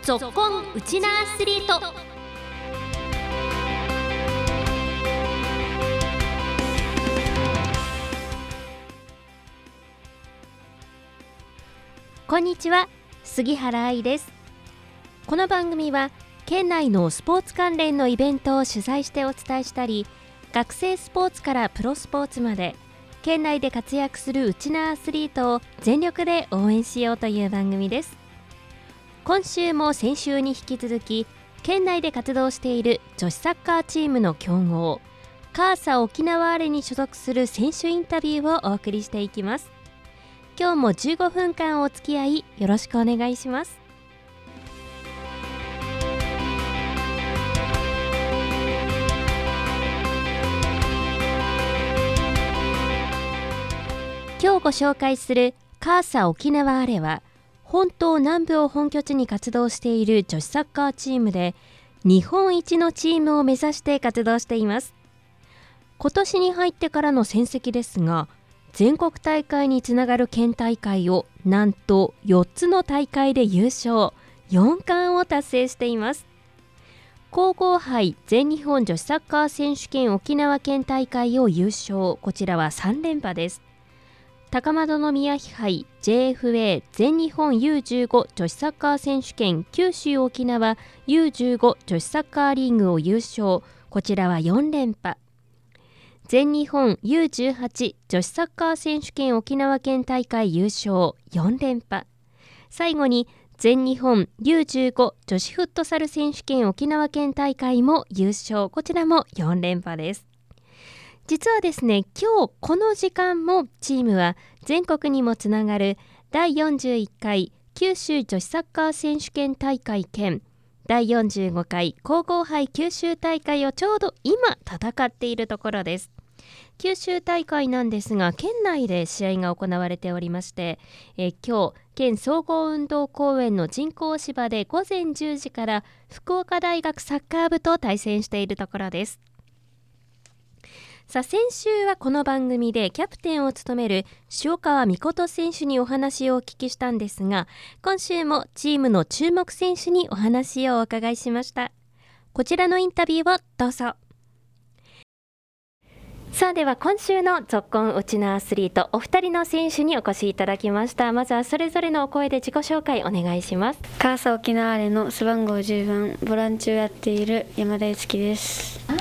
ぞっこんウチナアスリート。こんにちは、杉原愛です。この番組は県内のスポーツ関連のイベントを取材してお伝えしたり、学生スポーツからプロスポーツまで県内で活躍するウチナアスリートを全力で応援しようという番組です。今週も先週に引き続き、県内で活動している女子サッカーチームの強豪カーサ沖縄アレに所属する選手インタビューをお送りしていきます。今日も15分間お付き合いよろしくお願いします。今日ご紹介するカーサ沖縄アレは、本島南部を本拠地に活動している女子サッカーチームで、日本一のチームを目指して活動しています。今年に入ってからの戦績ですが、全国大会につながる県大会をなんと4つの大会で優勝、4冠を達成しています。皇后杯全日本女子サッカー選手権沖縄県大会を優勝、こちらは3連覇です。高円宮杯 JFA 全日本 U15 女子サッカー選手権九州沖縄 U15 女子サッカーリーグを優勝、こちらは4連覇。全日本 U18 女子サッカー選手権沖縄県大会優勝4連覇。最後に全日本 U15 女子フットサル選手権沖縄県大会も優勝、こちらも4連覇です。実はですね、今日この時間もチームは全国にもつながる第41回九州女子サッカー選手権大会兼第45回皇后杯九州大会をちょうど今戦っているところです。九州大会なんですが、県内で試合が行われておりまして、今日県総合運動公園の人工芝で午前10時から福岡大学サッカー部と対戦しているところです。さあ、先週はこの番組でキャプテンを務める塩川美琴選手にお話をお聞きしたんですが、今週もチームの注目選手にお話をお伺いしました。こちらのインタビューをどうぞ。さあ、では今週のぞっこんウチナアスリート、お二人の選手にお越しいただきました。まずはそれぞれのお声で自己紹介お願いします。 カーサ沖縄アレの背番号10番ボランチをやっている山田悦樹です。 はい、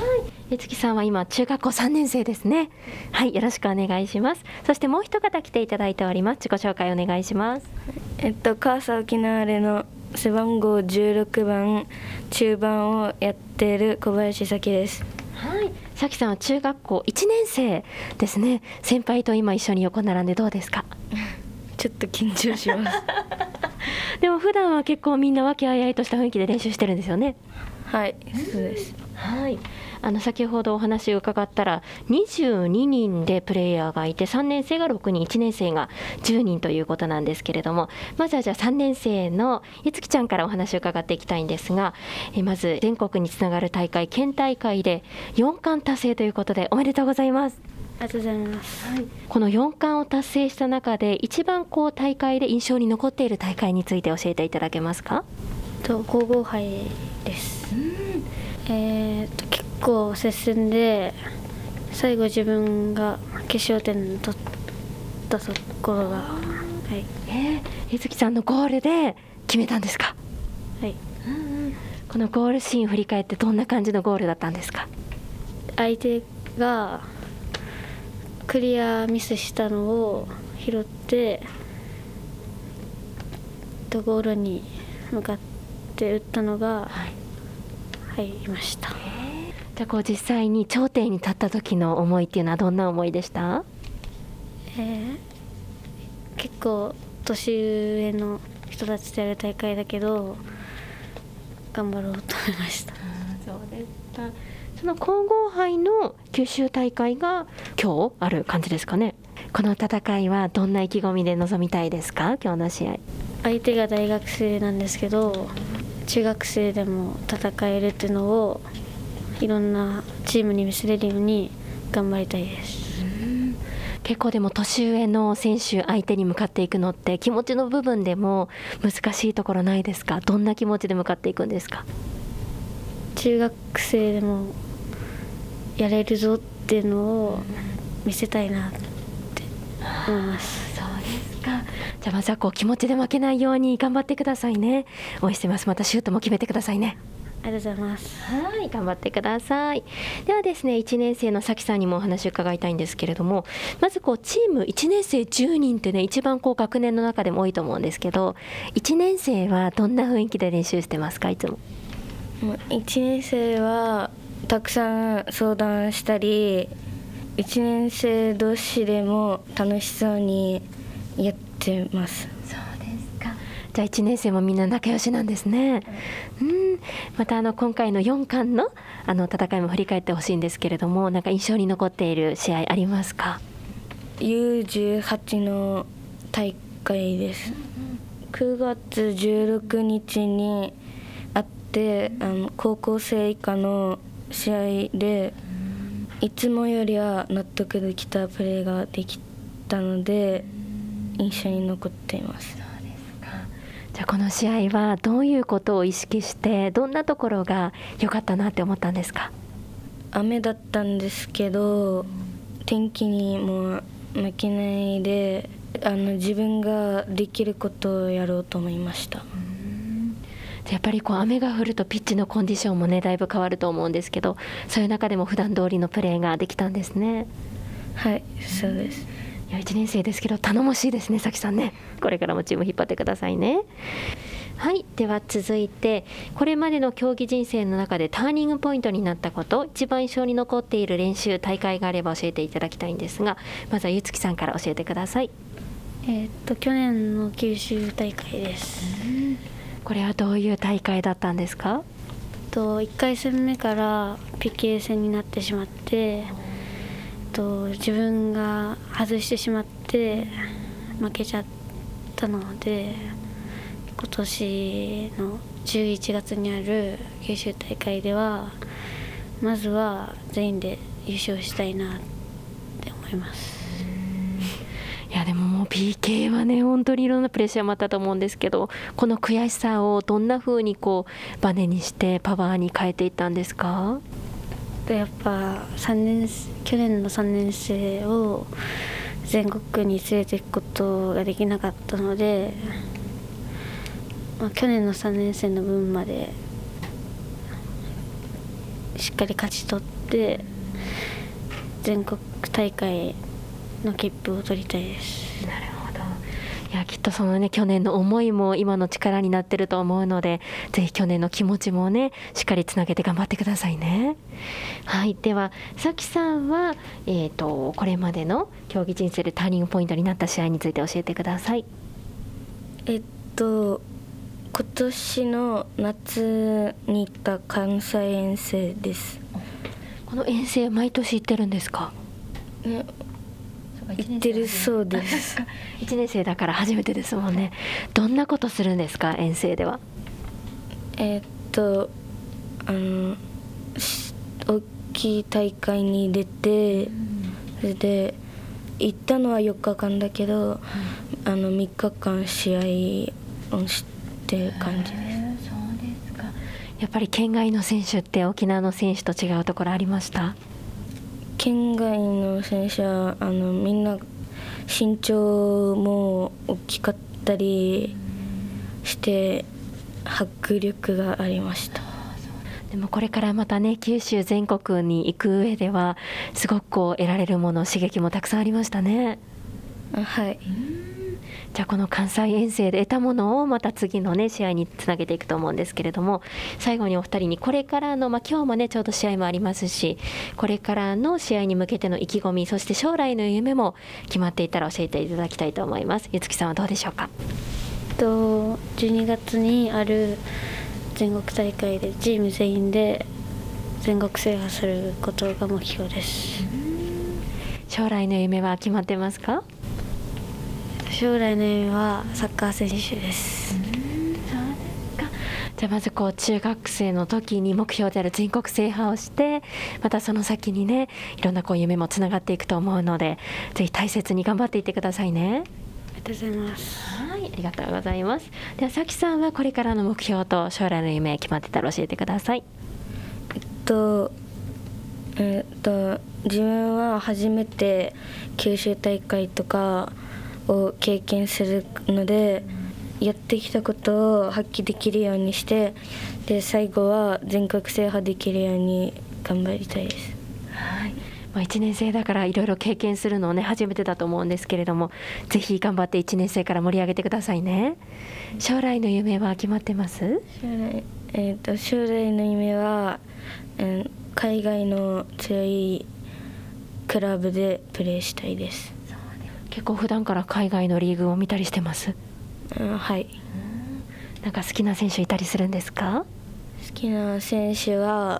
悦樹さんは今中学校3年生ですね。はい、よろしくお願いします。そしてもう一方来ていただいております。自己紹介お願いします。 カーサ沖縄アレの背番号16番中盤をやっている小林咲です。 はい、咲さんは中学校1年生ですね。先輩と今一緒に横並んでどうですか？ ちょっと緊張しますでも普段は結構みんな和気あいあいとした雰囲気で練習してるんですよね。 はい、そうです。 はい、先ほどお話を伺ったら22人でプレイヤーがいて、3年生が6人、1年生が10人ということなんですけれども、まずはじゃあ3年生の悦樹ちゃんからお話を伺っていきたいんですが、まず全国につながる大会、県大会で4冠達成ということでおめでとうございます。 ありがとうございます。 はい、この4冠を達成した中で一番大会で印象に残っている大会について教えていただけますか？ 皇后杯です。結構接戦で最後自分が決勝点を取ったところが、はい、 悦樹さんのゴールで決めたんですか？ はい、 このゴールシーン振り返ってどんな感じのゴールだったんですか？ 相手がクリアミスしたのを拾ってゴールに向かって打ったのが入りました。 じゃあ実際に頂点に立った時の思いっていうのはどんな思いでした？ 結構年上の人たちとやる大会だけど頑張ろうと思いました。 そうですか。その皇后杯の九州大会が今日ある感じですかね。この戦いはどんな意気込みで臨みたいですか？今日の試合。 相手が大学生なんですけど、中学生でも戦えるっていうのをいろんなチームに見せれるように頑張りたいです。 結構でも年上の選手相手に向かっていくのって気持ちの部分でも難しいところないですか？どんな気持ちで向かっていくんですか？ 中学生でもやれるぞっていうのを見せたいなって思います。 そうですか。じゃあまずは気持ちで負けないように頑張ってくださいね。応援してます。またシュートも決めてくださいね。 ありがとうございます。 はい、頑張ってください。ではですね、1年生のさきさんにもお話を伺いたいんですけれども、まずチーム1年生10人ってね、一番学年の中でも多いと思うんですけど、1年生はどんな雰囲気で練習してますか？いつも 1年生はたくさん相談したり、1年生同士でも楽しそうにやってます。 そうですか。じゃあ1年生もみんな仲良しなんですね。また今回の4冠の戦いも振り返ってほしいんですけれども、なんか印象に残っている試合ありますか ？U18 の大会です。9月16日にあって、高校生以下の試合でいつもよりは納得できたプレーができたので印象に残っています。 じゃあこの試合はどういうことを意識してどんなところが良かったなって思ったんですか？ 雨だったんですけど天気にも負けないで自分ができることをやろうと思いました。 やっぱり雨が降るとピッチのコンディションもねだいぶ変わると思うんですけど、そういう中でも普段通りのプレーができたんですね。 はい、そうです。 いや1年生ですけど頼もしいですね、さきさんね。これからもチーム引っ張ってくださいね。はい、では続いてこれまでの競技人生の中でターニングポイントになったこと、一番印象に残っている練習大会があれば教えていただきたいんですが、まずはゆつきさんから教えてください。 去年の九州大会です。 これはどういう大会だったんですか ？1回戦目から PK 戦になってしまって、自分が外してしまって負けちゃったので、今年の11月にある九州大会ではまずは全員で優勝したいなって思います。 いやでももう PK はね本当にいろんなプレッシャーもあったと思うんですけど、この悔しさをどんな風にバネにしてパワーに変えていったんですか？ やっぱ去年の3年生を全国に連れていくことができなかったので、去年の3年生の分までしっかり勝ち取って全国大会の切符を取りたいです。 なるほど。いやきっとそのね去年の思いも今の力になってると思うので、ぜひ去年の気持ちもねしっかりつなげて頑張ってくださいね。はい、ではさきさんは、これまでの競技人生でターニングポイントになった試合について教えてください。 今年の夏に行った関西遠征です。 この遠征毎年行ってるんですか？ 行ってるそうです。 1年生だから初めてですもんね。どんなことするんですか遠征では？ 大きい大会に出て、それで行ったのは4日間だけど、3日間試合をしてる感じです。 そうですか。やっぱり県外の選手って沖縄の選手と違うところありました？ 県外の選手はみんな身長も大きかったりして迫力がありました。 でもこれからまたね九州全国に行く上ではすごく得られるもの刺激もたくさんありましたね。 はい。 じゃあこの関西遠征で得たものをまた次のね試合につなげていくと思うんですけれども、最後にお二人にこれからの、今日もねちょうど試合もありますし、これからの試合に向けての意気込み、そして将来の夢も決まっていたら教えていただきたいと思います。ゆつきさんはどうでしょうか ？12月にある全国大会でチーム全員で全国制覇することが目標です。 将来の夢は決まってますか？将来の夢はサッカー選手です。 そうですか。 じゃあまず中学生の時に目標である全国制覇をして、またその先にね、いろんな夢もつながっていくと思うので、ぜひ大切に頑張っていってくださいね。 ありがとうございます。 はい、ありがとうございます。ではさきさんはこれからの目標と将来の夢決まってたら教えてください。 自分は初めて九州大会とかを経験するので、やってきたことを発揮できるようにして、で最後は全国制覇できるように頑張りたいです。 はい、1年生だからいろいろ経験するのをね、初めてだと思うんですけれども、ぜひ頑張って1年生から盛り上げてくださいね。将来の夢は決まってます？ 将来の夢は、海外の強いクラブでプレーしたいです。 結構普段から海外のリーグを見たりしてます？ はい。 なんか好きな選手いたりするんですか？ 好きな選手は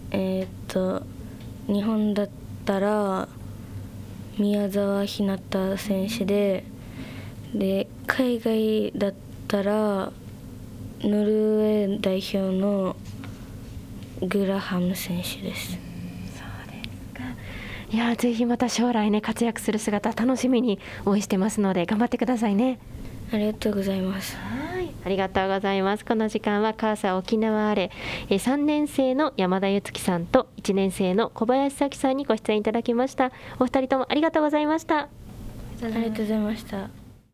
日本だったら宮澤ひなた選手で、海外だったらノルウェー代表のグラハム選手です。 いや、ぜひまた将来ね、活躍する姿楽しみに応援してますので頑張ってくださいね。 ありがとうございます。 はい、ありがとうございます。この時間はカーサ沖縄アレ3年生の山田裕月さんと1年生の小林咲さんにご出演いただきました。お二人ともありがとうございました。 ありがとうございました。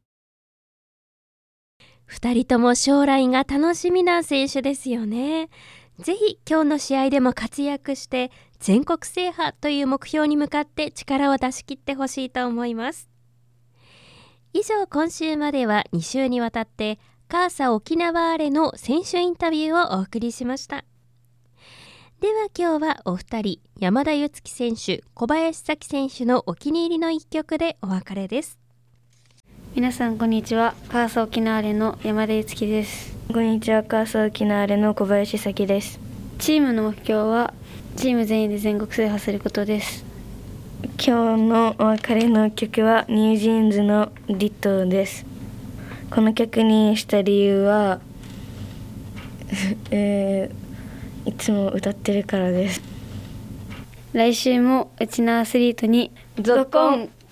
2人とも将来が楽しみな選手ですよね。ぜひ今日の試合でも活躍して全国制覇という目標に向かって力を出し切ってほしいと思います。以上、今週までは2週にわたってカーサ沖縄アレの選手インタビューをお送りしました。では今日はお二人、山田裕月選手、小林咲選手のお気に入りの一曲でお別れです。 皆さんこんにちは。カーサ沖縄アレの山田裕月です。こんにちは。カーサ沖縄アレの小林咲です。チームの目標はチーム全員で全国制覇することです。今日のお別れの曲はニュージーンズのリトです。この曲にした理由は、いつも歌ってるからです。来週もうちのアスリートにゾッコン。